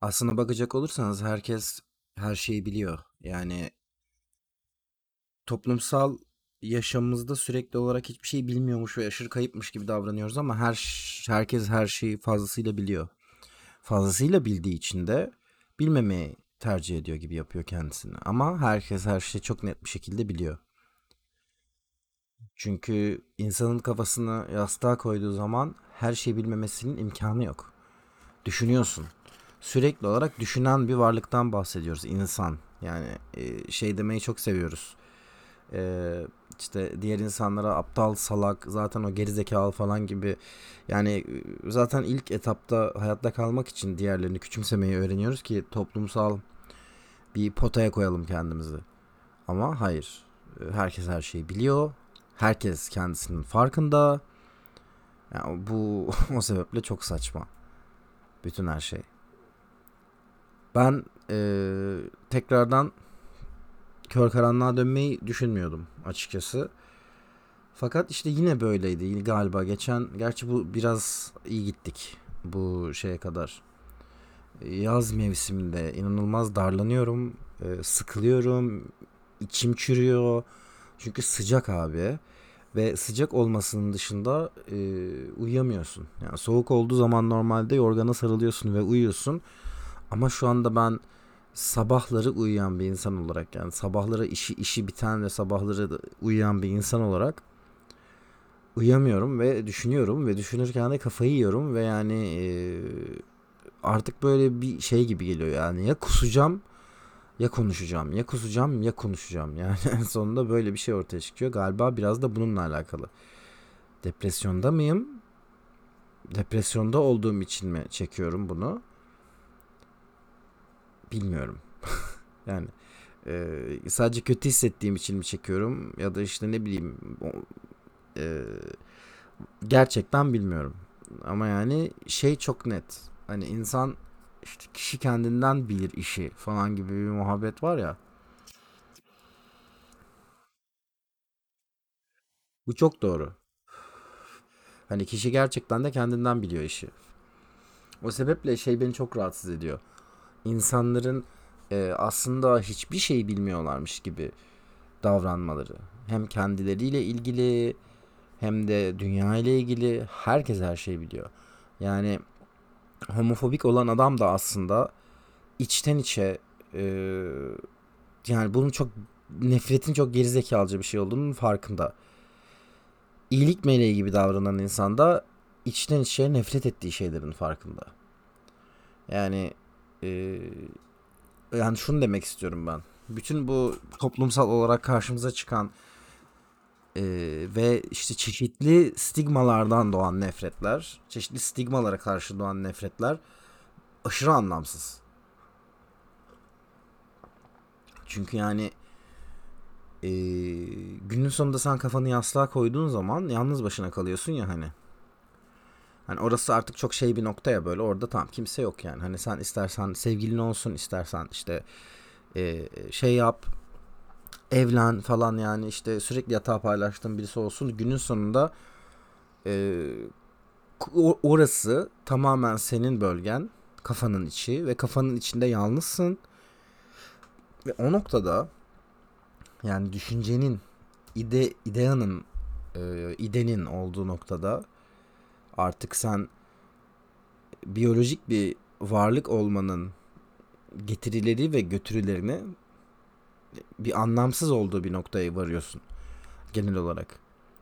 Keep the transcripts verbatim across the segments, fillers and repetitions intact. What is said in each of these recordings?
Aslına bakacak olursanız herkes her şeyi biliyor. Yani toplumsal yaşamımızda sürekli olarak hiçbir şey bilmiyormuş ve aşırı kayıpmış gibi davranıyoruz ama her herkes her şeyi fazlasıyla biliyor. Fazlasıyla bildiği için de bilmemeyi tercih ediyor gibi yapıyor kendisini. Ama herkes her şeyi çok net bir şekilde biliyor. Çünkü insanın kafasını yastığa koyduğu zaman her şeyi bilmemesinin imkanı yok. Düşünüyorsun. Sürekli olarak düşünen bir varlıktan bahsediyoruz, insan. Yani e, şey demeyi çok seviyoruz. E, işte diğer insanlara aptal, salak, zaten o gerizekalı falan gibi. Yani e, zaten ilk etapta hayatta kalmak için diğerlerini küçümsemeyi öğreniyoruz ki toplumsal bir potaya koyalım kendimizi. Ama hayır. E, Herkes her şeyi biliyor. Herkes kendisinin farkında. Yani bu o sebeple çok saçma. Bütün her şey. Ben eee, tekrardan kör karanlığa dönmeyi düşünmüyordum açıkçası. Fakat işte yine böyleydi galiba. Geçen, gerçi bu biraz iyi gittik bu şeye kadar. Yaz mevsiminde inanılmaz darlanıyorum, eee, sıkılıyorum, içim çürüyor. Çünkü sıcak abi. Ve sıcak olmasının dışında e, uyuyamıyorsun. Yani soğuk olduğu zaman normalde yorgana sarılıyorsun ve uyuyorsun. Ama şu anda ben sabahları uyuyan bir insan olarak, yani sabahları işi işi biten ve sabahları da uyuyan bir insan olarak uyuyamıyorum ve düşünüyorum ve düşünürken de kafayı yiyorum ve yani e, artık böyle bir şey gibi geliyor, yani ya kusacağım ya konuşacağım, ya kusacağım ya konuşacağım, yani en sonunda böyle bir şey ortaya çıkıyor galiba. Biraz da bununla alakalı. Depresyonda mıyım? Depresyonda olduğum için mi çekiyorum bunu? Bilmiyorum. Yani e, sadece kötü hissettiğim için mi çekiyorum ya da işte ne bileyim, e, gerçekten bilmiyorum. Ama yani şey çok net. Hani insan, işte kişi kendinden bilir işi falan gibi bir muhabbet var ya. Bu çok doğru. Hani kişi gerçekten de kendinden biliyor işi. O sebeple şey beni çok rahatsız ediyor. İnsanların e, aslında hiçbir şey bilmiyorlarmış gibi davranmaları. Hem kendileriyle ilgili hem de dünya ile ilgili herkes her şeyi biliyor. Yani homofobik olan adam da aslında içten içe, e, yani bunun çok, nefretin çok gerizekalıca bir şey olduğunun farkında. İyilik meleği gibi davranan insan da içten içe nefret ettiği şeylerin farkında. Yani e, yani şunu demek istiyorum ben. Bütün bu toplumsal olarak karşımıza çıkan e, ve işte çeşitli stigmalardan doğan nefretler, çeşitli stigmalara karşı doğan nefretler aşırı anlamsız. Çünkü yani e, günün sonunda sen kafanı yastığa koyduğun zaman yalnız başına kalıyorsun ya hani. Hani orası artık çok şey bir nokta ya, böyle orada tam kimse yok yani. Hani sen istersen sevgilin olsun, istersen işte e, şey yap, evlen falan, yani işte sürekli yatağı paylaştığın birisi olsun. Günün sonunda e, orası tamamen senin bölgen, kafanın içi ve kafanın içinde yalnızsın. Ve o noktada, yani düşüncenin, ide, ideanın, e, idenin olduğu noktada artık sen biyolojik bir varlık olmanın getirileri ve götürülerini bir anlamsız olduğu bir noktaya varıyorsun genel olarak.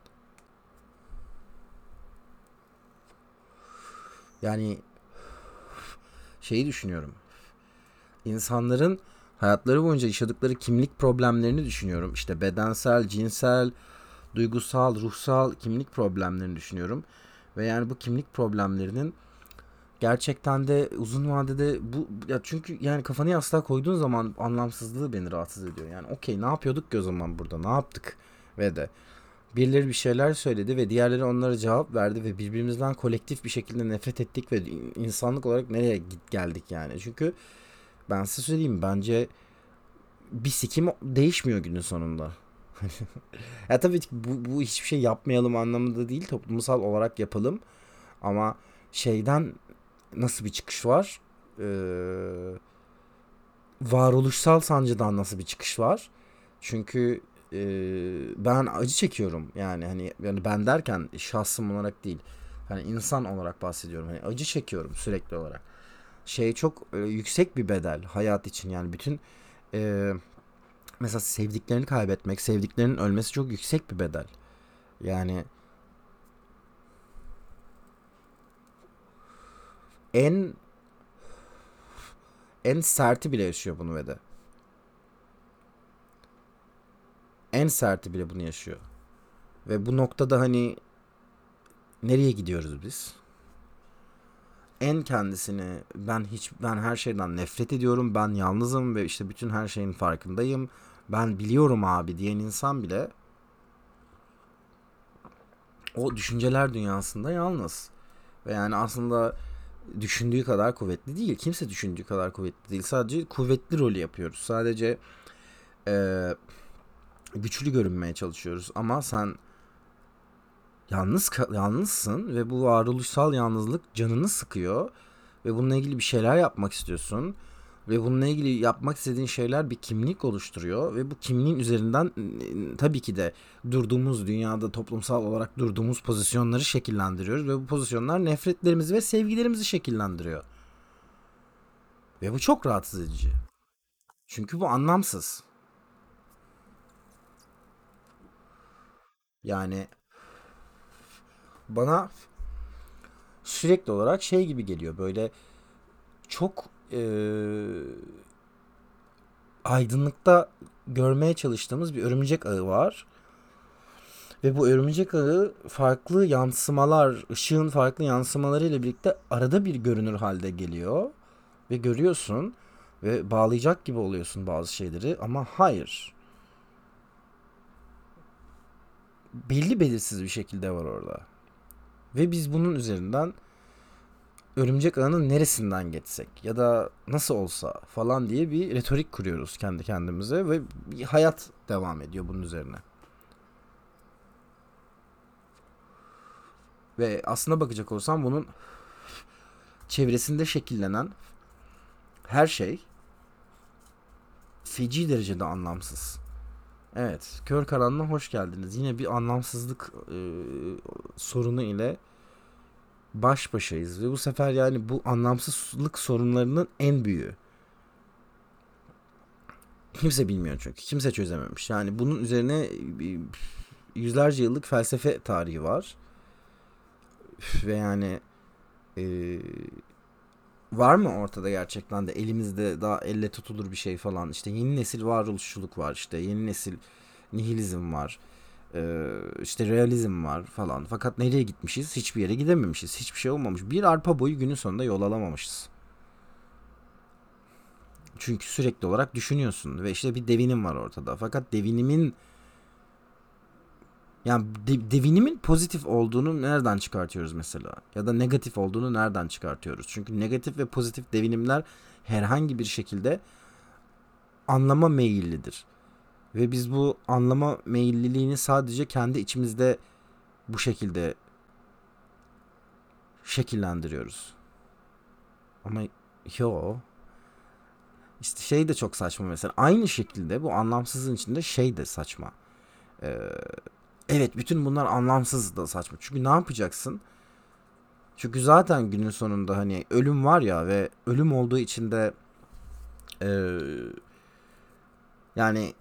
Yani şeyi düşünüyorum. İnsanların hayatları boyunca yaşadıkları kimlik problemlerini düşünüyorum. İşte bedensel, cinsel, duygusal, ruhsal kimlik problemlerini düşünüyorum. Ve yani bu kimlik problemlerinin gerçekten de uzun vadede bu, ya çünkü yani kafanı yastığa koyduğun zaman anlamsızlığı beni rahatsız ediyor. Yani okey, ne yapıyorduk ki o zaman burada? Ne yaptık? Ve de birileri bir şeyler söyledi ve diğerleri onlara cevap verdi ve birbirimizden kolektif bir şekilde nefret ettik ve insanlık olarak nereye git geldik yani. Çünkü ben size söyleyeyim, bence bir sikim değişmiyor günün sonunda. Ya tabii ki bu, bu hiçbir şey yapmayalım anlamında değil, toplumsal olarak yapalım, ama şeyden nasıl bir çıkış var? Ee, Varoluşsal sancıdan nasıl bir çıkış var? Çünkü e, ben acı çekiyorum. Yani hani yani ben derken şahsım olarak değil. Hani insan olarak bahsediyorum. Hani acı çekiyorum sürekli olarak. Şey çok e, yüksek bir bedel hayat için. Yani bütün e, mesela sevdiklerini kaybetmek, sevdiklerinin ölmesi çok yüksek bir bedel. Yani en en serti bile yaşıyor bunu ve de. En serti bile bunu yaşıyor. Ve bu noktada hani nereye gidiyoruz biz? En kendisini ben hiç ben her şeyden nefret ediyorum. Ben yalnızım ve işte bütün her şeyin farkındayım. Ben biliyorum abi diyen insan bile o düşünceler dünyasında yalnız. Ve yani aslında düşündüğü kadar kuvvetli değil. Kimse düşündüğü kadar kuvvetli değil. Sadece kuvvetli rolü yapıyoruz. Sadece eee, güçlü görünmeye çalışıyoruz. Ama sen yalnız yalnızsın ve bu varoluşsal yalnızlık canını sıkıyor ve bununla ilgili bir şeyler yapmak istiyorsun ve bununla ilgili yapmak istediğin şeyler bir kimlik oluşturuyor ve bu kimliğin üzerinden tabii ki de durduğumuz dünyada toplumsal olarak durduğumuz pozisyonları şekillendiriyoruz ve bu pozisyonlar nefretlerimizi ve sevgilerimizi şekillendiriyor. Ve bu çok rahatsız edici. Çünkü bu anlamsız. Yani bana sürekli olarak şey gibi geliyor. Böyle çok eee, aydınlıkta görmeye çalıştığımız bir örümcek ağı var. Ve bu örümcek ağı farklı yansımalar, ışığın farklı yansımaları ile birlikte arada bir görünür halde geliyor. Ve görüyorsun ve bağlayacak gibi oluyorsun bazı şeyleri ama hayır. Belli belirsiz bir şekilde var orada. Ve biz bunun üzerinden örümcek ağının neresinden geçsek ya da nasıl olsa falan diye bir retorik kuruyoruz kendi kendimize ve bir hayat devam ediyor bunun üzerine. Ve aslına bakacak olsam bunun çevresinde şekillenen her şey feci derecede anlamsız. Evet, Kör Karanlığa hoş geldiniz. Yine bir anlamsızlık e, sorunu ile baş başayız ve bu sefer yani bu anlamsızlık sorunlarının en büyüğü. Kimse bilmiyor çünkü. Kimse çözememiş. Yani bunun üzerine e, yüzlerce yıllık felsefe tarihi var. Ve yani e, var mı ortada gerçekten de elimizde daha elle tutulur bir şey falan. İşte yeni nesil varoluşçuluk var, işte yeni nesil nihilizm var. Ee, işte realizm var falan. Fakat nereye gitmişiz? Hiçbir yere gidememişiz. Hiçbir şey olmamış. Bir arpa boyu günün sonunda yol alamamışız. Çünkü sürekli olarak düşünüyorsun ve işte bir devinim var ortada. Fakat devinimin yani de- devinimin pozitif olduğunu nereden çıkartıyoruz mesela? Ya da negatif olduğunu nereden çıkartıyoruz? Çünkü negatif ve pozitif devinimler herhangi bir şekilde anlama meyillidir. Ve biz bu anlama meyilliliğini sadece kendi içimizde bu şekilde şekillendiriyoruz. Ama yo, işte şey de çok saçma mesela. Aynı şekilde bu anlamsızlığın içinde şey de saçma. Ee, evet, bütün bunlar anlamsız da saçma. Çünkü ne yapacaksın? Çünkü zaten günün sonunda hani ölüm var ya ve ölüm olduğu için de ee, yani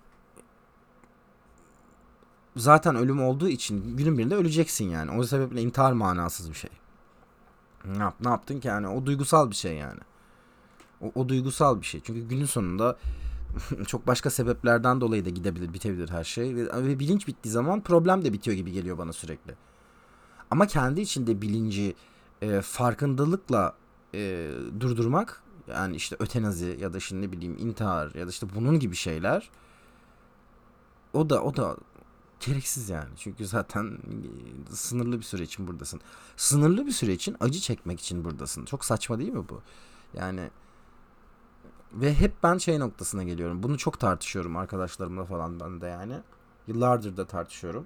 zaten ölüm olduğu için günün birinde öleceksin yani. O sebeple intihar manasız bir şey. Ne, yap, ne yaptın ki yani? O duygusal bir şey yani. O, o duygusal bir şey. Çünkü günün sonunda çok başka sebeplerden dolayı da gidebilir, bitebilir her şey. Ve, ve bilinç bittiği zaman problem de bitiyor gibi geliyor bana sürekli. Ama kendi içinde bilinci e, farkındalıkla e, durdurmak, yani işte ötenazi ya da şimdi ne bileyim intihar ya da işte bunun gibi şeyler, o da o da gereksiz yani. Çünkü zaten e, sınırlı bir süre için buradasın. Sınırlı bir süre için acı çekmek için buradasın. Çok saçma değil mi bu? Yani ve hep ben şey noktasına geliyorum. Bunu çok tartışıyorum arkadaşlarımla falan ben de yani. Yıllardır da tartışıyorum.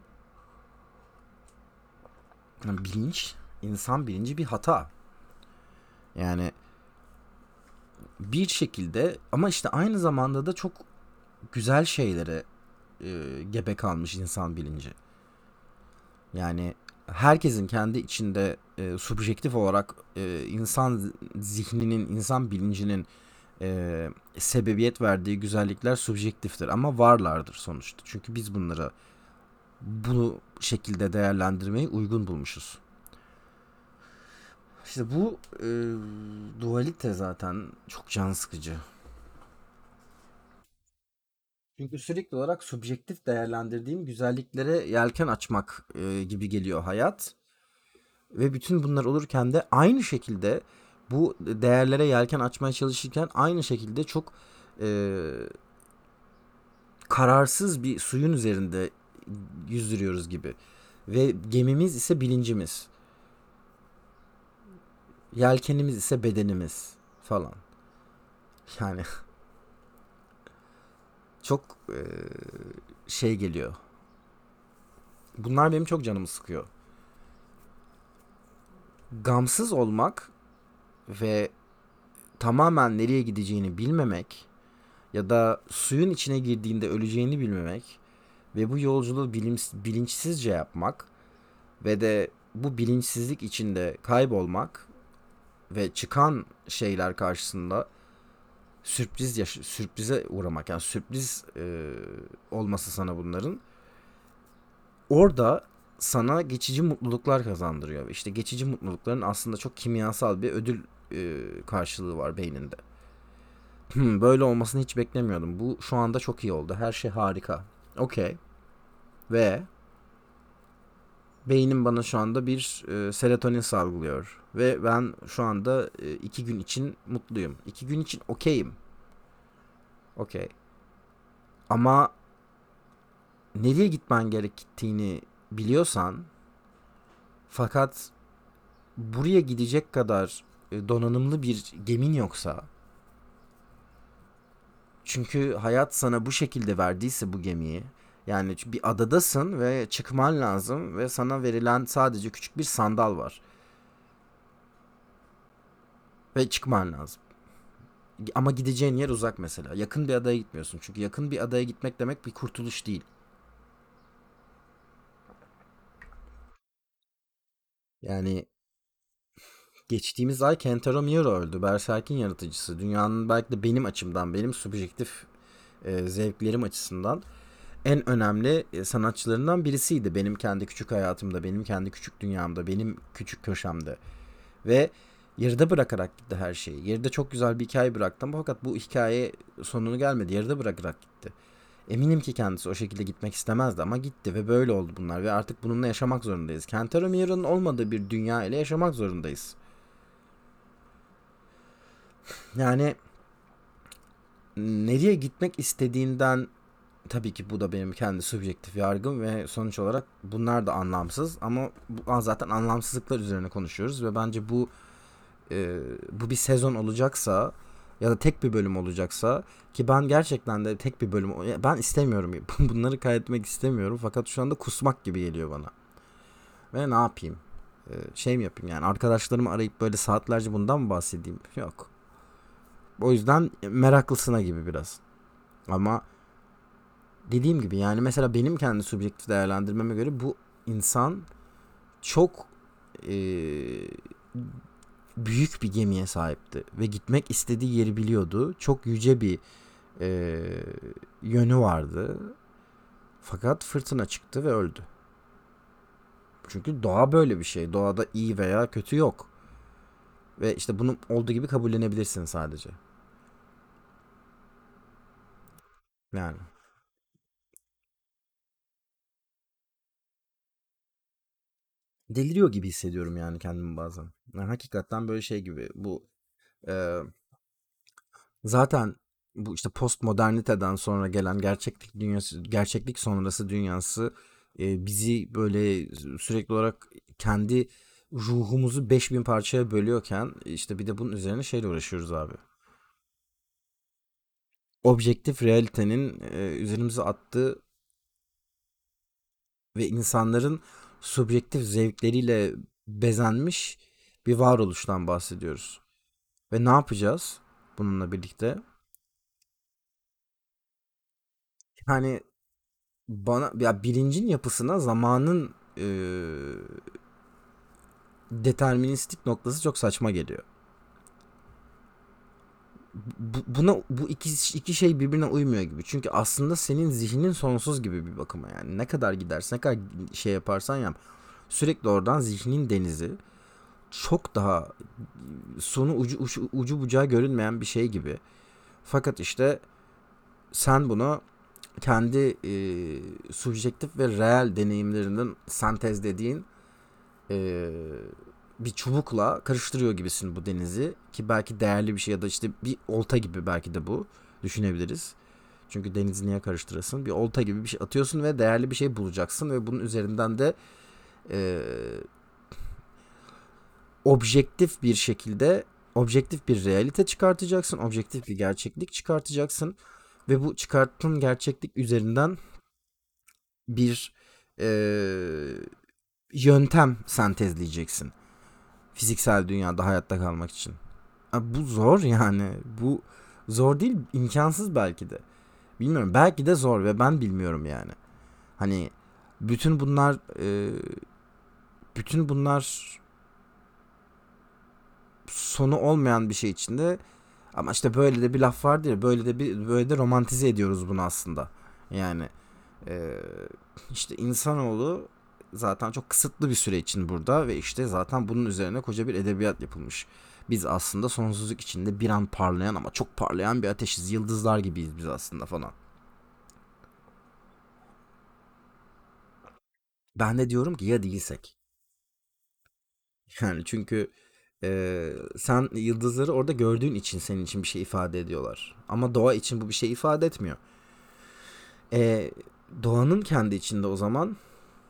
Yani bilinç, insan bilinci bir hata. Yani bir şekilde ama işte aynı zamanda da çok güzel şeylere e, gebe kalmış insan bilinci. Yani herkesin kendi içinde e, subjektif olarak e, insan zihninin, insan bilincinin e, sebebiyet verdiği güzellikler subjektiftir ama varlardır sonuçta. Çünkü biz bunları bu şekilde değerlendirmeyi uygun bulmuşuz. İşte bu e, dualite zaten çok can sıkıcı. Çünkü sürekli olarak subjektif değerlendirdiğim güzelliklere yelken açmak e, gibi geliyor hayat. Ve bütün bunlar olurken de aynı şekilde bu değerlere yelken açmaya çalışırken aynı şekilde çok e, kararsız bir suyun üzerinde yüzdürüyoruz gibi. Ve gemimiz ise bilincimiz. Yelkenimiz ise bedenimiz falan. Yani çok e, şey geliyor. Bunlar benim çok canımı sıkıyor. Gamsız olmak ve tamamen nereye gideceğini bilmemek ya da suyun içine girdiğinde öleceğini bilmemek ve bu yolculuğu bilim, bilinçsizce yapmak ve de bu bilinçsizlik içinde kaybolmak ve çıkan şeyler karşısında sürpriz yaş- sürprize uğramak, yani sürpriz e, olması sana bunların orada sana geçici mutluluklar kazandırıyor. İşte geçici mutlulukların aslında çok kimyasal bir ödül e, karşılığı var beyninde. Hmm, böyle olmasını hiç beklemiyordum. Bu şu anda çok iyi oldu. Her şey harika. Okey. Ve beynim bana şu anda bir e, serotonin salgılıyor. Ve ben şu anda e, iki gün için mutluyum. İki gün için okeyim. Okey. Ama nereye gitmen gerektiğini biliyorsan fakat buraya gidecek kadar e, donanımlı bir gemin yoksa, çünkü hayat sana bu şekilde verdiyse bu gemiyi, yani bir adadasın ve çıkman lazım ve sana verilen sadece küçük bir sandal var ve çıkman lazım. Ama gideceğin yer uzak mesela. Yakın bir adaya gitmiyorsun. Çünkü yakın bir adaya gitmek demek bir kurtuluş değil. Yani geçtiğimiz ay Kentaro Miura öldü. Berserk'in yaratıcısı. Dünyanın belki de benim açımdan, benim subjektif e, zevklerim açısından en önemli e, sanatçılarından birisiydi. Benim kendi küçük hayatımda, benim kendi küçük dünyamda, benim küçük köşemde. Ve yarıda bırakarak gitti her şeyi. Yarıda çok güzel bir hikaye bıraktım fakat bu hikaye sonunu gelmedi. Yarıda bırakarak gitti. Eminim ki kendisi o şekilde gitmek istemezdi ama gitti ve böyle oldu bunlar ve artık bununla yaşamak zorundayız. Kentaro Miura'nın olmadığı bir dünya ile yaşamak zorundayız. Yani nereye gitmek istediğinden, tabii ki bu da benim kendi subjektif yargım ve sonuç olarak bunlar da anlamsız ama bu, zaten anlamsızlıklar üzerine konuşuyoruz ve bence bu e, bu bir sezon olacaksa ya da tek bir bölüm olacaksa, ki ben gerçekten de tek bir bölüm ben istemiyorum bunları kaydetmek istemiyorum fakat şu anda kusmak gibi geliyor bana ve ne yapayım, E, şey mi yapayım, yani arkadaşlarımı arayıp böyle saatlerce bundan mı bahsedeyim, yok, o yüzden meraklısına gibi biraz ama dediğim gibi yani mesela benim kendi subjektif değerlendirmeme göre bu insan çok e, büyük bir gemiye sahipti ve gitmek istediği yeri biliyordu. Çok yüce bir e, yönü vardı. Fakat fırtına çıktı ve öldü. Çünkü doğa böyle bir şey. Doğada iyi veya kötü yok. Ve işte bunu olduğu gibi kabullenebilirsin sadece. Yani deliriyor gibi hissediyorum yani kendimi bazen. Yani hakikaten böyle şey gibi. Bu e, zaten bu işte postmoderniteden sonra gelen gerçeklik dünyası, gerçeklik sonrası dünyası e, bizi böyle sürekli olarak kendi ruhumuzu beş bin parçaya bölüyorken işte bir de bunun üzerine şeyle uğraşıyoruz abi. Objektif realitenin e, üzerimize attığı ve insanların subjektif zevkleriyle bezenmiş bir varoluştan bahsediyoruz. Ve ne yapacağız? bununla birlikte. Hani bana ya bilincin yapısına zamanın eee, deterministik noktası çok saçma geliyor. Bu, buna bu iki iki şey birbirine uymuyor gibi. Çünkü aslında senin zihnin sonsuz gibi bir bakıma yani. Ne kadar gidersen, ne kadar şey yaparsan yap. Sürekli oradan zihnin denizi çok daha sonu ucu, ucu, ucu bucağı görünmeyen bir şey gibi. Fakat işte sen bunu kendi e, subjektif ve reel deneyimlerinden sentezlediğin e, bir çubukla karıştırıyor gibisin bu denizi, ki belki değerli bir şey ya da işte bir olta gibi belki de bu düşünebiliriz. Çünkü denizi niye karıştırasın? Bir olta gibi bir şey atıyorsun ve değerli bir şey bulacaksın ve bunun üzerinden de e, objektif bir şekilde objektif bir realite çıkartacaksın, objektif bir gerçeklik çıkartacaksın ve bu çıkarttığın gerçeklik üzerinden bir e, yöntem sentezleyeceksin fiziksel dünyada hayatta kalmak için. Abi bu zor yani. Bu zor değil, imkansız belki de. Bilmiyorum. Belki de zor ve ben bilmiyorum yani. Hani bütün bunlar e, bütün bunlar sonu olmayan bir şey içinde, ama işte böyle de bir laf vardır ya, böyle de bir böyle de romantize ediyoruz bunu aslında. Yani e, işte insanoğlu zaten çok kısıtlı bir süre için burada ve işte zaten bunun üzerine koca bir edebiyat yapılmış. Biz aslında sonsuzluk içinde bir an parlayan ama çok parlayan bir ateşiz. Yıldızlar gibiyiz biz aslında falan. Ben de diyorum ki ya değilsek. Yani çünkü e, sen yıldızları orada gördüğün için senin için bir şey ifade ediyorlar. Ama doğa için bu bir şey ifade etmiyor. E, Doğanın kendi içinde o zaman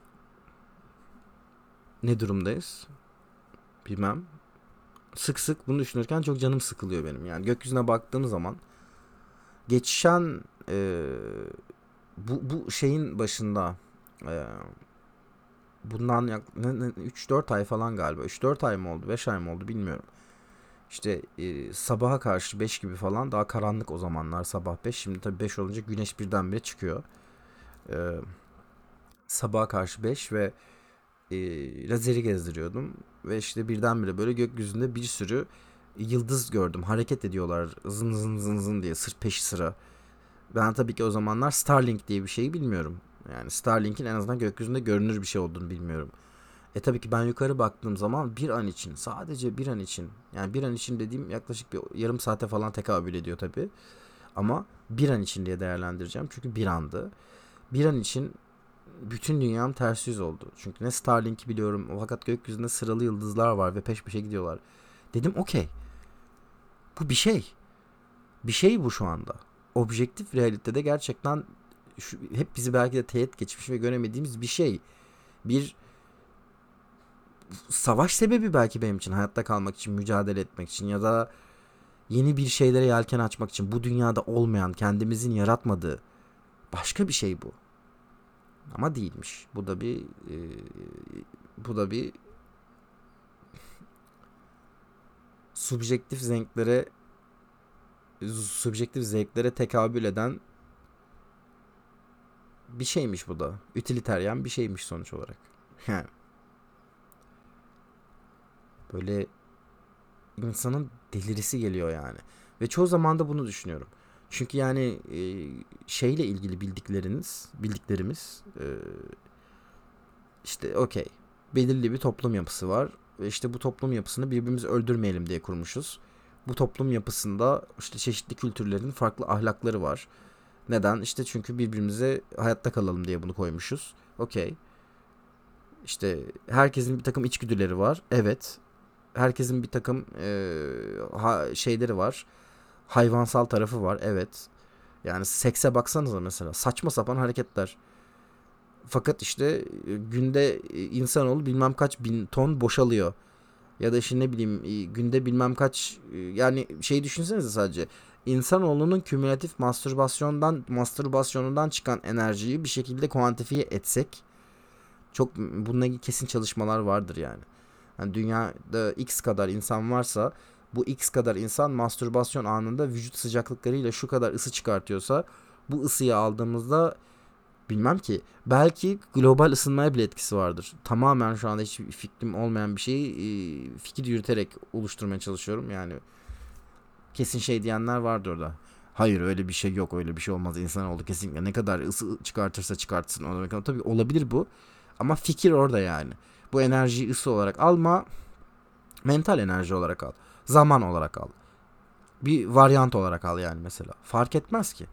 ne durumdayız? Bilmem. Sık sık bunu düşünürken çok canım sıkılıyor benim. Yani gökyüzüne baktığım zaman geçen e, bu, bu şeyin başında e, bundan yak, üç dört ay falan galiba. üç dört ay mı oldu, beş ay mı oldu bilmiyorum. İşte e, sabaha karşı beş gibi falan, daha karanlık o zamanlar, sabah beş. Şimdi tabii beş olunca güneş birdenbire çıkıyor. E, Sabaha karşı beş ve e, lazeri gezdiriyordum. Ve işte birdenbire böyle gökyüzünde bir sürü yıldız gördüm. Hareket ediyorlar zın zın zın zın diye, sırf peşi sıra. Ben tabii ki o zamanlar Starlink diye bir şeyi bilmiyorum. Yani Starlink'in en azından gökyüzünde görünür bir şey olduğunu bilmiyorum. E tabii ki ben yukarı baktığım zaman bir an için, sadece bir an için, yani bir an için dediğim yaklaşık bir yarım saate falan tekabül ediyor tabii. Ama bir an için diye değerlendireceğim çünkü bir andı. Bir an için bütün dünyam ters yüz oldu. Çünkü ne Starlink'i biliyorum fakat gökyüzünde sıralı yıldızlar var ve peş peşe gidiyorlar. Dedim okey, bu bir şey. Bir şey bu şu anda. Objektif realitede gerçekten şu, hep bizi belki de teğet geçmiş ve göremediğimiz bir şey. Bir savaş sebebi belki benim için, hayatta kalmak için, mücadele etmek için ya da yeni bir şeylere yelken açmak için, bu dünyada olmayan, kendimizin yaratmadığı başka bir şey bu. Ama değilmiş. Bu da bir e, bu da bir subjektif zevklere subjektif zevklere tekabül eden bir şeymiş bu da. Utilitarian bir şeymiş sonuç olarak. Yani böyle insanın delirisi geliyor yani. Ve çoğu zaman da bunu düşünüyorum. Çünkü yani e, şeyle ilgili bildikleriniz, bildiklerimiz e, işte okey. Belirli bir toplum yapısı var ve işte bu toplum yapısını birbirimizi öldürmeyelim diye kurmuşuz. Bu toplum yapısında işte çeşitli kültürlerin farklı ahlakları var. Neden? İşte çünkü birbirimize hayatta kalalım diye bunu koymuşuz. Okey. İşte herkesin bir takım içgüdüleri var. Evet. Herkesin bir takım e, ha, şeyleri var. Hayvansal tarafı var. Evet. Yani sekse baksanıza mesela. Saçma sapan hareketler. Fakat işte e, günde e, insanoğlu bilmem kaç bin ton boşalıyor. Ya da işte ne bileyim e, günde bilmem kaç e, yani şey düşünsenize sadece. İnsanoğlunun kümülatif mastürbasyondan mastürbasyonundan çıkan enerjiyi bir şekilde kuantifiye etsek, çok bununla ilgili kesin çalışmalar vardır yani. Yani dünyada X kadar insan varsa Bu X kadar insan mastürbasyon anında vücut sıcaklıklarıyla şu kadar ısı çıkartıyorsa, bu ısıyı aldığımızda bilmem ki, belki global ısınmaya bile etkisi vardır. Tamamen şu anda hiç fikrim olmayan bir şeyi e, fikir yürüterek oluşturmaya çalışıyorum. Yani kesin şey diyenler vardı orada. Hayır, öyle bir şey yok, öyle bir şey olmaz, insanoğlu kesinlikle ne kadar ısı çıkartırsa çıkartsın. O demek, tabii olabilir bu, ama fikir orada yani. Bu enerjiyi ısı olarak alma, mental enerji olarak al, zaman olarak al, bir varyant olarak al yani. Mesela fark etmez ki.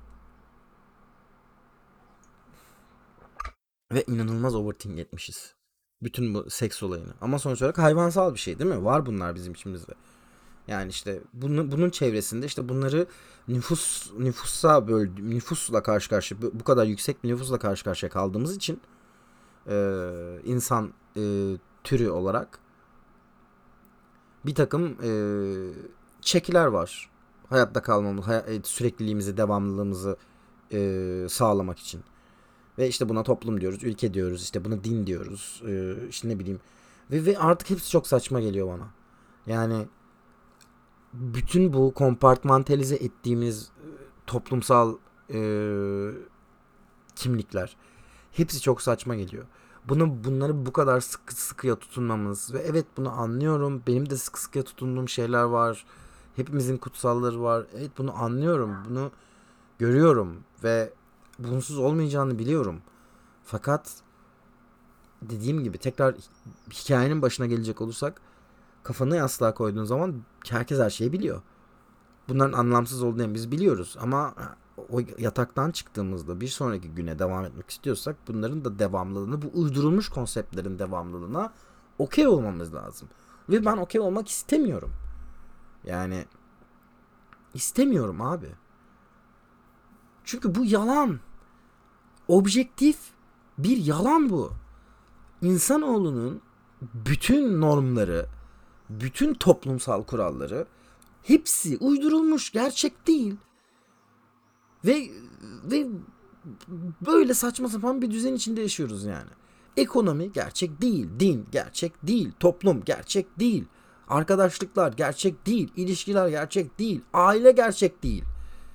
Ve inanılmaz overthink etmişiz bütün bu seks olayını. Ama sonuç olarak hayvansal bir şey değil mi? Var bunlar bizim içimizde. Yani işte bunu, bunun çevresinde işte bunları nüfus nüfusa böldü, nüfusla karşı karşıya, bu kadar yüksek bir nüfusla karşı karşıya kaldığımız için e, insan e, türü olarak bir takım e, çekiler var. Hayatta kalmamız, hay- sürekliliğimizi, devamlılığımızı e, sağlamak için. Ve işte buna toplum diyoruz, ülke diyoruz, işte buna din diyoruz, e, işte ne bileyim. Ve, ve artık hepsi çok saçma geliyor bana. Yani bütün bu kompartmantalize ettiğimiz e, toplumsal e, kimlikler hepsi çok saçma geliyor. Bunu bunları bu kadar sıkı sıkıya tutunmamız, ve evet bunu anlıyorum. Benim de sıkı sıkıya tutunduğum şeyler var. Hepimizin kutsalları var. Evet, bunu anlıyorum. Bunu görüyorum ve bunsuz olmayacağını biliyorum. Fakat dediğim gibi, tekrar hikayenin başına gelecek olursak, kafanı yastığa koyduğun zaman herkes her şeyi biliyor. Bunların anlamsız olduğunu biz biliyoruz, ama o yataktan çıktığımızda bir sonraki güne devam etmek istiyorsak bunların da devamlılığını, bu uydurulmuş konseptlerin devamlılığına okey olmamız lazım. Ve ben okey olmak istemiyorum. Yani istemiyorum abi. Çünkü bu yalan. Objektif bir yalan bu. İnsanoğlunun bütün normları, bütün toplumsal kuralları hepsi uydurulmuş, gerçek değil. Ve ve böyle saçma sapan bir düzen içinde yaşıyoruz yani. Ekonomi gerçek değil, din gerçek değil, toplum gerçek değil, arkadaşlıklar gerçek değil, ilişkiler gerçek değil, aile gerçek değil.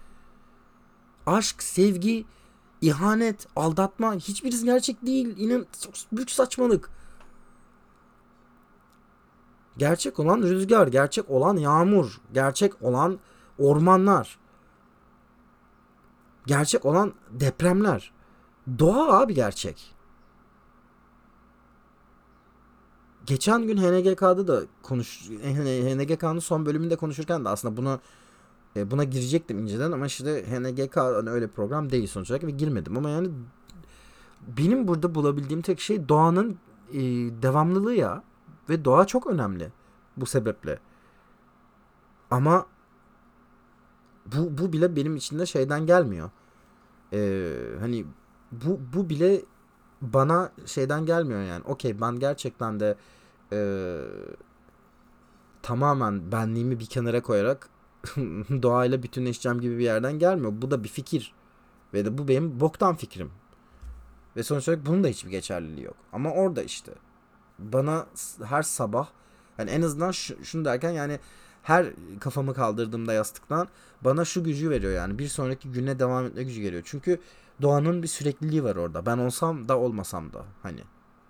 Aşk, sevgi, ihanet, aldatma, hiçbirisi gerçek değil. İnan, çok büyük saçmalık. Gerçek olan rüzgar, gerçek olan yağmur, gerçek olan ormanlar, gerçek olan depremler. Doğa abi gerçek. Geçen gün H N G K'da da konuş H N G K'nın son bölümünde konuşurken de aslında buna e, buna girecektim inceden, ama işte H N G K hani öyle program değil sonuç olarak ve girmedim. Ama yani benim burada bulabildiğim tek şey doğanın e, devamlılığı ya, ve doğa çok önemli bu sebeple. Ama bu bu bile benim içinde şeyden gelmiyor. Ee, hani bu bu bile bana şeyden gelmiyor yani. Okey, ben gerçekten de ee, tamamen benliğimi bir kenara koyarak doğayla bütünleşeceğim gibi bir yerden gelmiyor. Bu da bir fikir ve de bu benim boktan fikrim. Ve sonuç olarak bunun da hiçbir geçerliliği yok. Ama orada işte bana her sabah, yani en azından şu, şunu derken, yani her kafamı kaldırdığımda yastıktan bana şu gücü veriyor, yani bir sonraki güne devam etme gücü geliyor. Çünkü doğanın bir sürekliliği var orada. Ben olsam da olmasam da hani.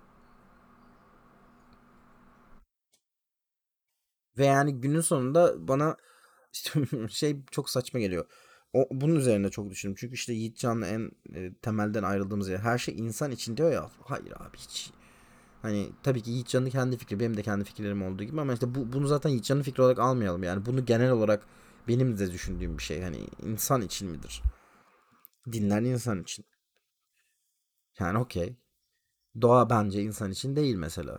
Ve yani günün sonunda bana işte şey çok saçma geliyor. O, bunun üzerine çok düşündüm. Çünkü işte Yiğitcan'la en e, temelden ayrıldığımız yer. Her şey insan için diyor ya. Hayır abi, hiç. Hani tabii ki Yiğitcan'ın kendi fikri, benim de kendi fikirlerim olduğu gibi, ama işte bu, bunu zaten Yiğitcan'ın fikri olarak almayalım. Yani bunu genel olarak benim de düşündüğüm bir şey. Hani insan için midir? Dinler insan için. Yani okey. Doğa bence insan için değil mesela.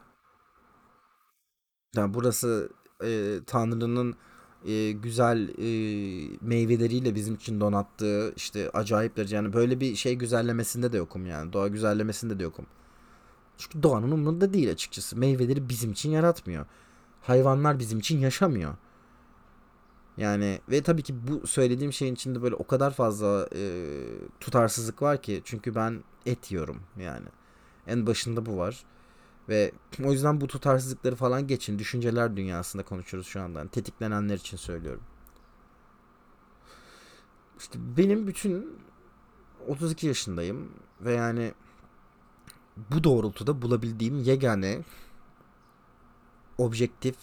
Yani burası e, Tanrı'nın e, güzel e, meyveleriyle bizim için donattığı işte acayip derece, yani böyle bir şey güzellemesinde de yokum yani. Doğa güzellemesinde de yokum. Çünkü doğanın umurunda değil açıkçası. Meyveleri bizim için yaratmıyor. Hayvanlar bizim için yaşamıyor. Yani ve tabii ki bu söylediğim şeyin içinde böyle o kadar fazla e, tutarsızlık var ki. Çünkü ben et yiyorum yani. En başında bu var. Ve o yüzden bu tutarsızlıkları falan geçin. Düşünceler dünyasında konuşuyoruz şu anda. Yani tetiklenenler için söylüyorum. İşte benim bütün otuz iki yaşındayım ve yani bu doğrultuda bulabildiğim yegane objektif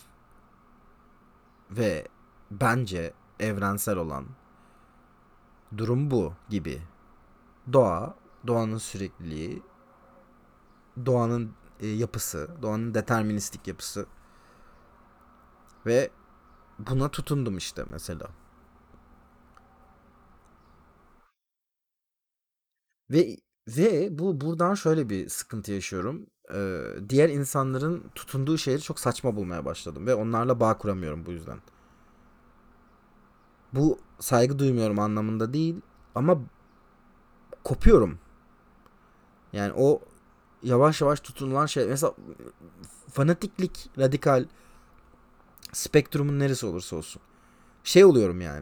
ve bence evrensel olan durum bu gibi. Doğa, doğanın sürekliliği, doğanın e, yapısı, doğanın deterministik yapısı ve buna tutundum işte mesela. Ve ve bu buradan şöyle bir sıkıntı yaşıyorum. Ee, diğer insanların tutunduğu şeyleri çok saçma bulmaya başladım ve onlarla bağ kuramıyorum bu yüzden. Bu saygı duymuyorum anlamında değil ama kopuyorum. Yani o yavaş yavaş tutunulan şey mesela fanatiklik, radikal spektrumun neresi olursa olsun. Şey oluyorum yani.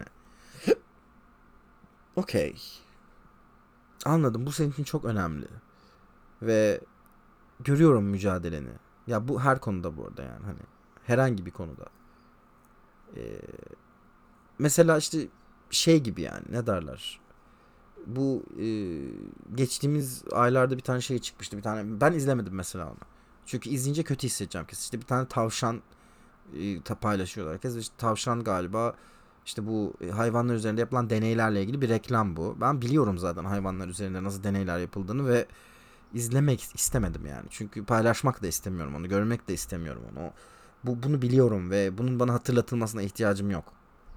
Okey. Anladım. Bu senin için çok önemli. Ve görüyorum mücadeleni. Ya bu her konuda bu arada yani hani herhangi bir konuda. Ee, Mesela işte şey gibi yani ne derler. Bu e, geçtiğimiz aylarda bir tane şey çıkmıştı bir tane. Ben izlemedim mesela onu. Çünkü izleyince kötü hissedeceğim kesin. İşte bir tane tavşan e, paylaşıyorlar herkes. İşte tavşan galiba işte bu e, hayvanlar üzerinde yapılan deneylerle ilgili bir reklam bu. Ben biliyorum zaten hayvanlar üzerinde nasıl deneyler yapıldığını ve izlemek istemedim yani. Çünkü paylaşmak da istemiyorum onu, görmek de istemiyorum onu. Bu bunu biliyorum ve bunun bana hatırlatılmasına ihtiyacım yok.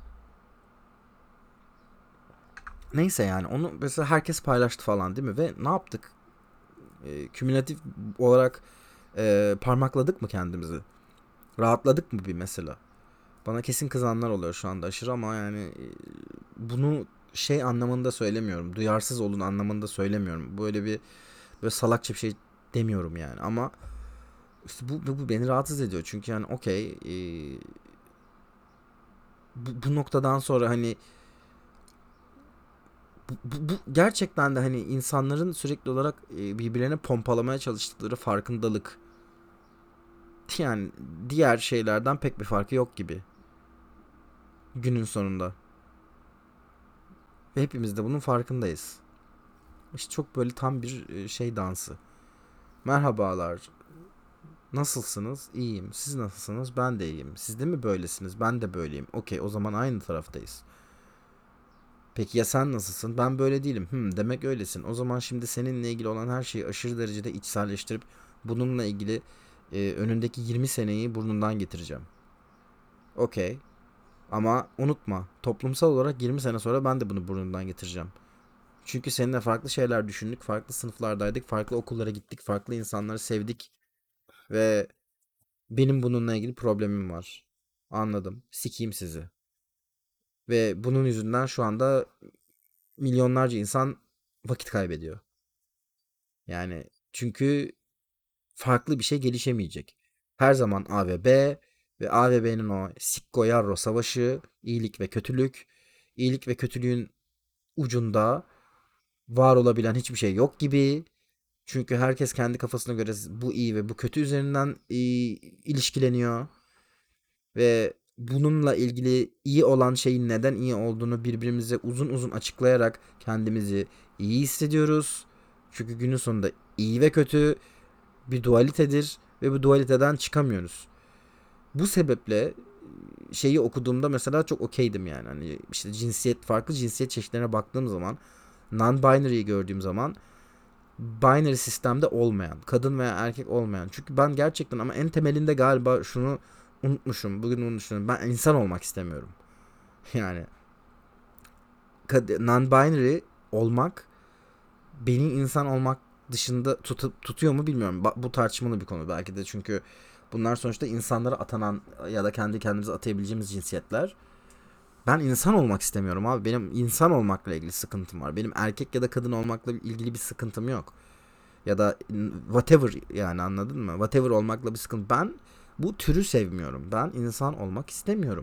Neyse yani onu mesela herkes paylaştı falan değil mi? Ve ne yaptık? E, kümülatif olarak e, parmakladık mı kendimizi? Rahatladık mı bir mesela? Bana kesin kızanlar oluyor şu anda aşırı ama yani e, bunu şey anlamında söylemiyorum. Duyarsız olun anlamında söylemiyorum. Böyle bir böyle salakça bir şey demiyorum yani ama işte bu, bu, bu beni rahatsız ediyor. Çünkü yani okey e, bu, bu noktadan sonra hani bu, bu, bu gerçekten de hani insanların sürekli olarak e, birbirlerine pompalamaya çalıştıkları farkındalık yani diğer şeylerden pek bir farkı yok gibi günün sonunda. Ve hepimiz de bunun farkındayız. İşte çok böyle tam bir e, şey dansı. Merhabalar. Nasılsınız? İyiyim. Siz nasılsınız? Ben de iyiyim. Siz de mi böylesiniz? Ben de böyleyim. Okey, o zaman aynı taraftayız. Peki ya sen nasılsın? Ben böyle değilim. Hmm, demek öylesin. O zaman şimdi seninle ilgili olan her şeyi aşırı derecede içselleştirip bununla ilgili e, önündeki yirmi seneyi burnundan getireceğim. Okey. Ama unutma, toplumsal olarak yirmi sene sonra ben de bunu burnundan getireceğim. Çünkü seninle farklı şeyler düşündük, farklı sınıflardaydık, farklı okullara gittik, farklı insanları sevdik ve benim bununla ilgili problemim var. Anladım. Sikeyim sizi. Ve bunun yüzünden şu anda milyonlarca insan vakit kaybediyor. Yani çünkü farklı bir şey gelişemeyecek. Her zaman A ve B ve A ve B'nin o Sikko Yarro savaşı, iyilik ve kötülük, iyilik ve kötülüğün ucunda var olabilen hiçbir şey yok gibi. Çünkü herkes kendi kafasına göre bu iyi ve bu kötü üzerinden iyi, ilişkileniyor ve bununla ilgili iyi olan şeyin neden iyi olduğunu birbirimize uzun uzun açıklayarak kendimizi iyi hissediyoruz. Çünkü günün sonunda iyi ve kötü bir dualitedir ve bu dualiteden çıkamıyoruz. Bu sebeple şeyi okuduğumda mesela çok okeydim yani. Hani işte cinsiyet farklı cinsiyet çeşitlerine baktığım zaman non-binary'yi gördüğüm zaman binary sistemde olmayan, kadın veya erkek olmayan. Çünkü ben gerçekten ama en temelinde galiba şunu unutmuşum. Bugün onu düşünüyorum. Ben insan olmak istemiyorum. Yani non-binary olmak beni insan olmak dışında tutup tutuyor mu bilmiyorum. Bu tartışmalı bir konu belki de çünkü bunlar sonuçta insanlara atanan ya da kendi kendimize atayabileceğimiz cinsiyetler. Ben insan olmak istemiyorum abi. Benim insan olmakla ilgili sıkıntım var. Benim erkek ya da kadın olmakla ilgili bir sıkıntım yok. Ya da whatever yani anladın mı? Whatever olmakla bir sıkıntı. Ben bu türü sevmiyorum. Ben insan olmak istemiyorum.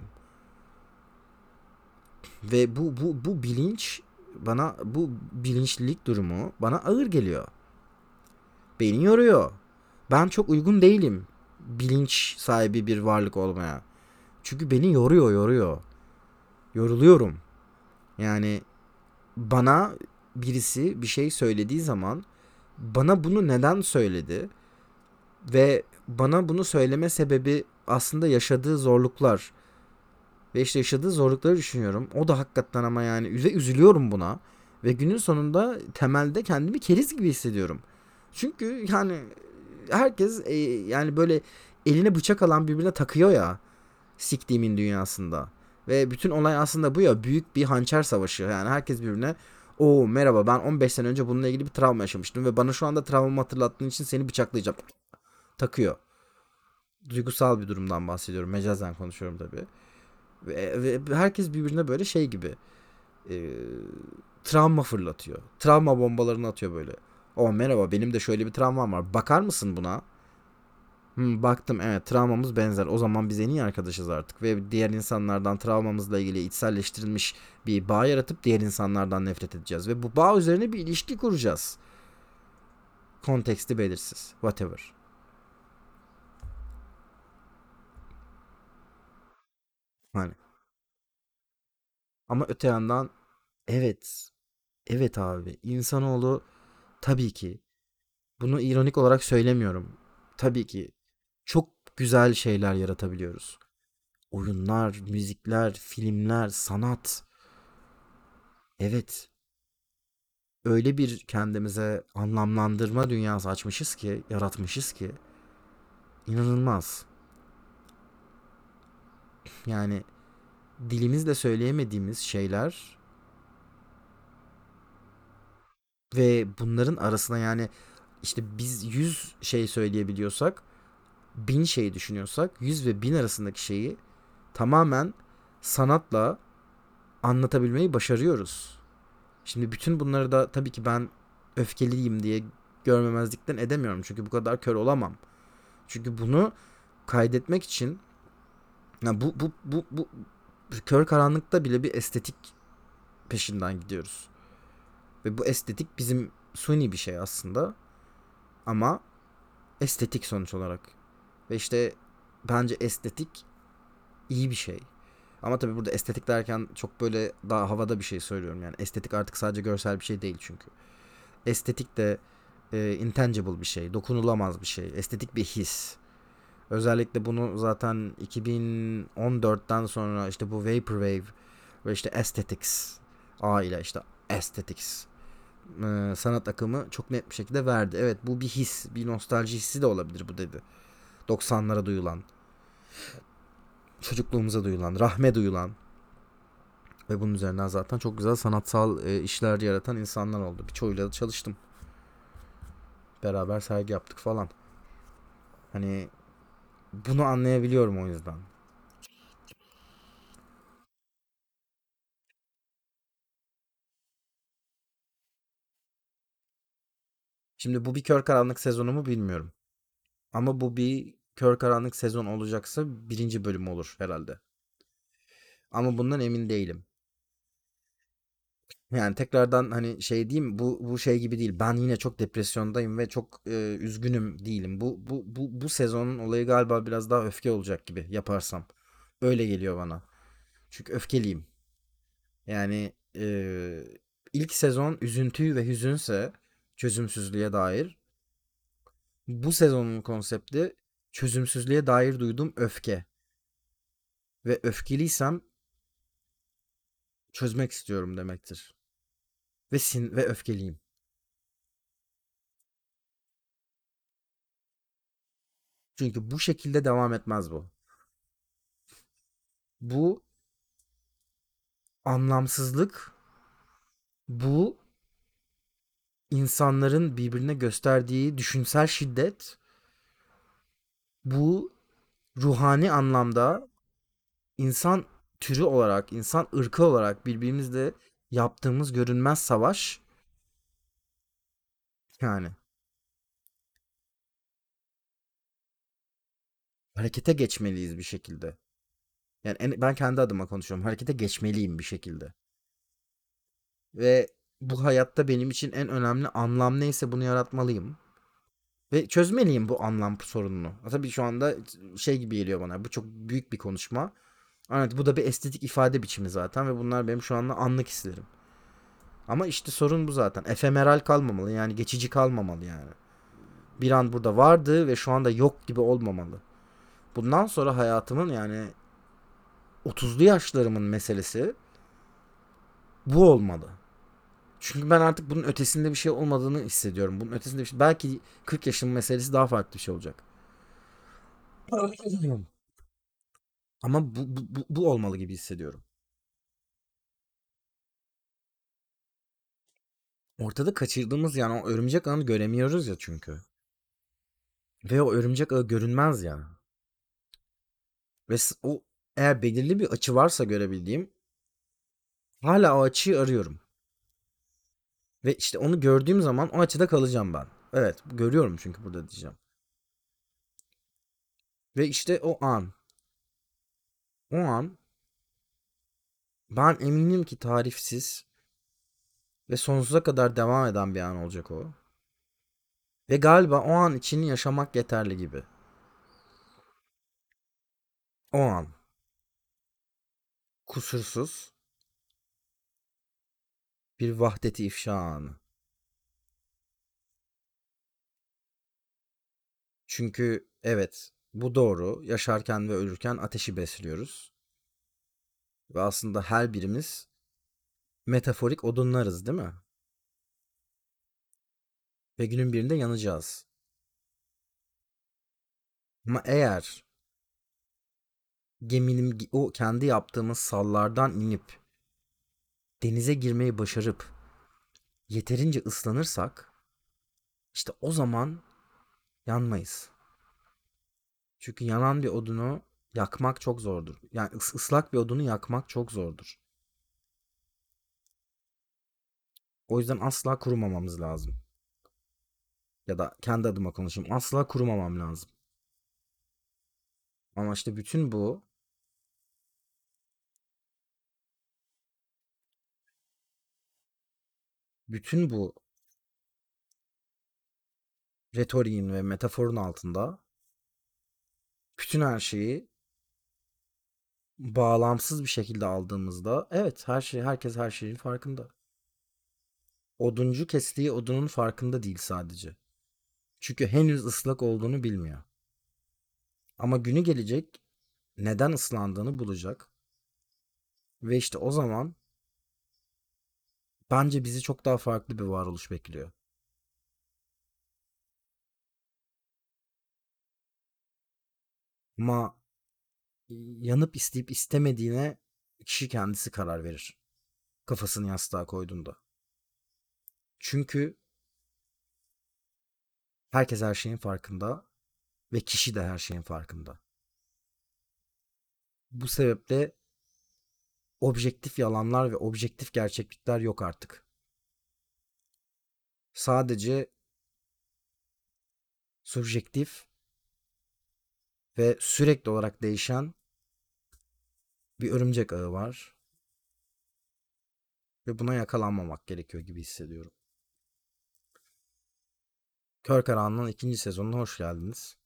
Ve bu bu bu bilinç bana bu bilinçlilik durumu bana ağır geliyor. Beni yoruyor. Ben çok uygun değilim bilinç sahibi bir varlık olmaya. Çünkü beni yoruyor, yoruyor. Yoruluyorum. Yani bana birisi bir şey söylediği zaman bana bunu neden söyledi ve bana bunu söyleme sebebi aslında yaşadığı zorluklar ve işte yaşadığı zorlukları düşünüyorum. O da hakikaten ama yani üze üzülüyorum buna ve günün sonunda temelde kendimi keriz gibi hissediyorum. Çünkü yani herkes e, yani böyle eline bıçak alan birbirine takıyor ya siktiğimin dünyasında. Ve bütün olay aslında bu ya, büyük bir hançer savaşı. Yani herkes birbirine o merhaba, ben on beş sene önce bununla ilgili bir travma yaşamıştım ve bana şu anda travmamı hatırlattığın için seni bıçaklayacağım. Takıyor. Duygusal bir durumdan bahsediyorum. Mecazen konuşuyorum tabii. Ve, ve herkes birbirine böyle şey gibi e, travma fırlatıyor. Travma bombalarını atıyor böyle. O merhaba, benim de şöyle bir travmam var. Bakar mısın buna? Hmm, baktım, evet, travmamız benzer. O zaman biz en iyi arkadaşız artık. Ve diğer insanlardan travmamızla ilgili içselleştirilmiş bir bağ yaratıp diğer insanlardan nefret edeceğiz. Ve bu bağ üzerine bir ilişki kuracağız. Konteksti belirsiz. Whatever. Hani. Ama öte yandan evet. Evet abi. İnsanoğlu tabii ki, bunu ironik olarak söylemiyorum. Tabii ki çok güzel şeyler yaratabiliyoruz. Oyunlar, müzikler, filmler, sanat. Evet, öyle bir kendimize anlamlandırma dünyası açmışız ki, yaratmışız ki inanılmaz. Yani dilimizle söyleyemediğimiz şeyler ve bunların arasına yani işte biz yüz şey söyleyebiliyorsak, bin şey düşünüyorsak yüz ve bin arasındaki şeyi tamamen sanatla anlatabilmeyi başarıyoruz. Şimdi bütün bunları da tabii ki ben öfkeliyim diye görmemezlikten edemiyorum. Çünkü bu kadar kör olamam. Çünkü bunu kaydetmek için yani bu, bu, bu, bu kör karanlıkta bile bir estetik peşinden gidiyoruz. Ve bu estetik bizim suni bir şey aslında. Ama estetik sonuç olarak. Ve işte bence estetik iyi bir şey. Ama tabii burada estetik derken çok böyle daha havada bir şey söylüyorum. Yani estetik artık sadece görsel bir şey değil çünkü. Estetik de e, intangible bir şey, dokunulamaz bir şey. Estetik bir his. Özellikle bunu zaten iki bin on dörtten sonra işte bu Vaporwave ve işte Aesthetics A ile işte Aesthetics e, sanat akımı çok net bir şekilde verdi. Evet, bu bir his, bir nostalji hissi de olabilir bu dedi. doksanlara duyulan, çocukluğumuza duyulan, rahme duyulan ve bunun üzerinden zaten çok güzel sanatsal e, işler yaratan insanlar oldu. Birçoğuyla da çalıştım. Beraber sergi yaptık falan. Hani bunu anlayabiliyorum o yüzden. Şimdi bu bir kör karanlık sezonu mu bilmiyorum. Ama bu bir kör karanlık sezon olacaksa birinci bölüm olur herhalde. Ama bundan emin değilim. Yani tekrardan hani şey diyeyim, bu bu şey gibi değil. Ben yine çok depresyondayım ve çok e, üzgünüm değilim. Bu bu bu bu sezonun olayı galiba biraz daha öfke olacak gibi yaparsam. Öyle geliyor bana. Çünkü öfkeliyim. Yani e, ilk sezon üzüntü ve hüzünse, çözümsüzlüğe dair. Bu sezonun konsepti çözümsüzlüğe dair duyduğum öfke. Ve öfkeliysem çözmek istiyorum demektir. Ve sin ve öfkeliyim. Çünkü bu şekilde devam etmez bu. Bu anlamsızlık, bu insanların birbirine gösterdiği düşünsel şiddet, bu ruhani anlamda insan türü olarak, insan ırkı olarak birbirimizle yaptığımız görünmez savaş, yani harekete geçmeliyiz bir şekilde. Yani en- ben kendi adıma konuşuyorum. Harekete geçmeliyim bir şekilde. Ve bu hayatta benim için en önemli anlam neyse bunu yaratmalıyım. Ve çözmeliyim bu anlam sorununu. Tabii şu anda şey gibi geliyor bana. Bu çok büyük bir konuşma. Evet, bu da bir estetik ifade biçimi zaten ve bunlar benim şu anda anlık hislerim. Ama işte sorun bu zaten. Efemeral kalmamalı, yani geçici kalmamalı yani. Bir an burada vardı ve şu anda yok gibi olmamalı. Bundan sonra hayatımın, yani otuzlu yaşlarımın meselesi bu olmalı. Çünkü ben artık bunun ötesinde bir şey olmadığını hissediyorum. Bunun ötesinde bir şey. Belki kırk yaşın meselesi daha farklı bir şey olacak. Ama bu, bu, bu, bu olmalı gibi hissediyorum. Ortada kaçırdığımız, yani o örümcek ağını göremiyoruz ya çünkü. Ve o örümcek ağı görünmez ya. Ve o, eğer belirli bir açı varsa görebildiğim, hala o açıyı arıyorum. Ve işte onu gördüğüm zaman o açıda kalacağım ben. Evet, görüyorum çünkü burada diyeceğim. Ve işte o an, o an ben eminim ki tarifsiz ve sonsuza kadar devam eden bir an olacak o. Ve galiba o an için yaşamak yeterli gibi. O an kusursuz bir vahdeti ifşa anı. Çünkü evet, bu doğru. Yaşarken ve ölürken ateşi besliyoruz. Ve aslında her birimiz metaforik odunlarız, değil mi? Ve günün birinde yanacağız. Ama eğer geminin o kendi yaptığımız sallardan inip denize girmeyi başarıp yeterince ıslanırsak, işte o zaman yanmayız. Çünkü yanan bir odunu yakmak çok zordur. Yani ıslak bir odunu yakmak çok zordur. O yüzden asla kurumamamız lazım. Ya da kendi adıma konuşayım. Asla kurumamam lazım. Ama işte bütün bu bütün bu retoriğin ve metaforun altında bütün her şeyi bağlamsız bir şekilde aldığımızda, evet, her şey, herkes her şeyin farkında. Oduncu kestiği odunun farkında değil sadece. Çünkü henüz ıslak olduğunu bilmiyor. Ama günü gelecek, neden ıslandığını bulacak. Ve işte o zaman bence bizi çok daha farklı bir varoluş bekliyor. Ama yanıp isteyip istemediğine kişi kendisi karar verir. Kafasını yastığa koyduğunda. Çünkü herkes her şeyin farkında ve kişi de her şeyin farkında. Bu sebeple objektif yalanlar ve objektif gerçeklikler yok artık. Sadece subjektif ve sürekli olarak değişen bir örümcek ağı var ve buna yakalanmamak gerekiyor gibi hissediyorum. Kör Karanlığın ikinci sezonuna hoş geldiniz.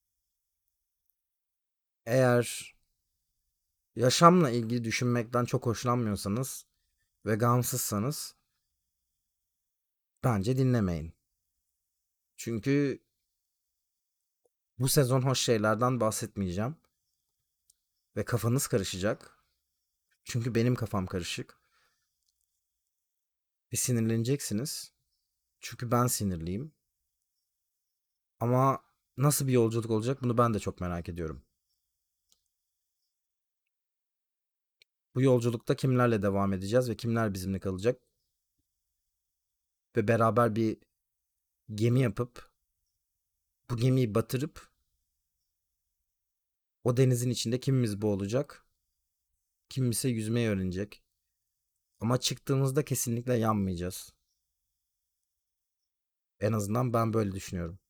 Eğer yaşamla ilgili düşünmekten çok hoşlanmıyorsanız ve gamsızsanız bence dinlemeyin. Çünkü bu sezon hoş şeylerden bahsetmeyeceğim ve kafanız karışacak. Çünkü benim kafam karışık. Ve sinirleneceksiniz. Çünkü ben sinirliyim. Ama nasıl bir yolculuk olacak bunu ben de çok merak ediyorum. Bu yolculukta kimlerle devam edeceğiz ve kimler bizimle kalacak? Ve beraber bir gemi yapıp bu gemiyi batırıp o denizin içinde kimimiz boğulacak, kimisi yüzmeyi öğrenecek. Ama çıktığımızda kesinlikle yanmayacağız. En azından ben böyle düşünüyorum.